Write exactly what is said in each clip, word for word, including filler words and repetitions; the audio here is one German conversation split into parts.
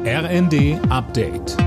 R N D Update.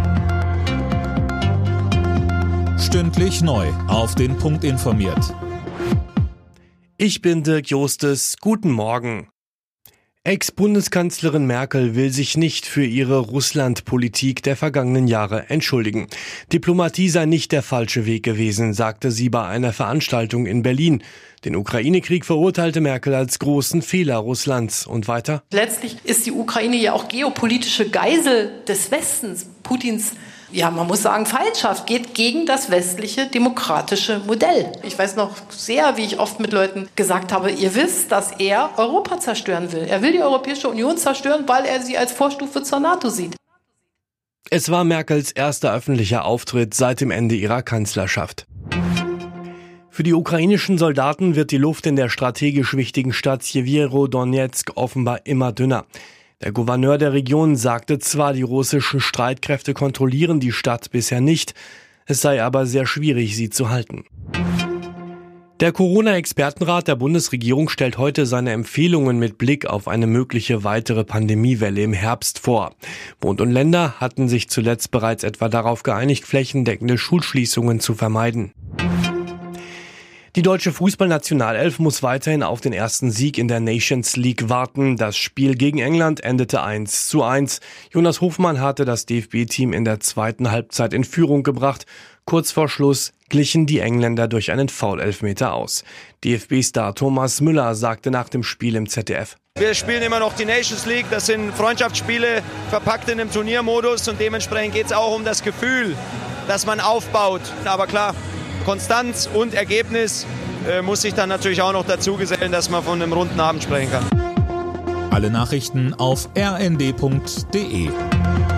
Stündlich neu auf den Punkt informiert. Ich bin Dirk Jostes. Guten Morgen. Ex-Bundeskanzlerin Merkel will sich nicht für ihre Russland-Politik der vergangenen Jahre entschuldigen. Diplomatie sei nicht der falsche Weg gewesen, sagte sie bei einer Veranstaltung in Berlin. Den Ukraine-Krieg verurteilte Merkel als großen Fehler Russlands. Und weiter? Letztlich ist die Ukraine ja auch geopolitische Geisel des Westens. Putins, ja, man muss sagen, Feindschaft geht gegen das westliche demokratische Modell. Ich weiß noch sehr, wie ich oft mit Leuten gesagt habe, ihr wisst, dass er Europa zerstören will. Er will die Europäische Union zerstören, weil er sie als Vorstufe zur NATO sieht. Es war Merkels erster öffentlicher Auftritt seit dem Ende ihrer Kanzlerschaft. Für die ukrainischen Soldaten wird die Luft in der strategisch wichtigen Stadt Sjewiero-Donezk offenbar immer dünner. Der Gouverneur der Region sagte zwar, die russischen Streitkräfte kontrollieren die Stadt bisher nicht, es sei aber sehr schwierig, sie zu halten. Der Corona-Expertenrat der Bundesregierung stellt heute seine Empfehlungen mit Blick auf eine mögliche weitere Pandemiewelle im Herbst vor. Bund und Länder hatten sich zuletzt bereits etwa darauf geeinigt, flächendeckende Schulschließungen zu vermeiden. Die deutsche Fußballnationalelf muss weiterhin auf den ersten Sieg in der Nations League warten. Das Spiel gegen England endete eins zu eins. Jonas Hofmann hatte das D F B-Team in der zweiten Halbzeit in Führung gebracht. Kurz vor Schluss glichen die Engländer durch einen Foul-Elfmeter aus. D F B-Star Thomas Müller sagte nach dem Spiel im Z D F: Wir spielen immer noch die Nations League, das sind Freundschaftsspiele verpackt in einem Turniermodus und dementsprechend geht es auch um das Gefühl, das man aufbaut. Aber klar, Konstanz und Ergebnis äh, muss sich dann natürlich auch noch dazu gesellen, dass man von einem runden Abend sprechen kann. Alle Nachrichten auf r n d punkt d e.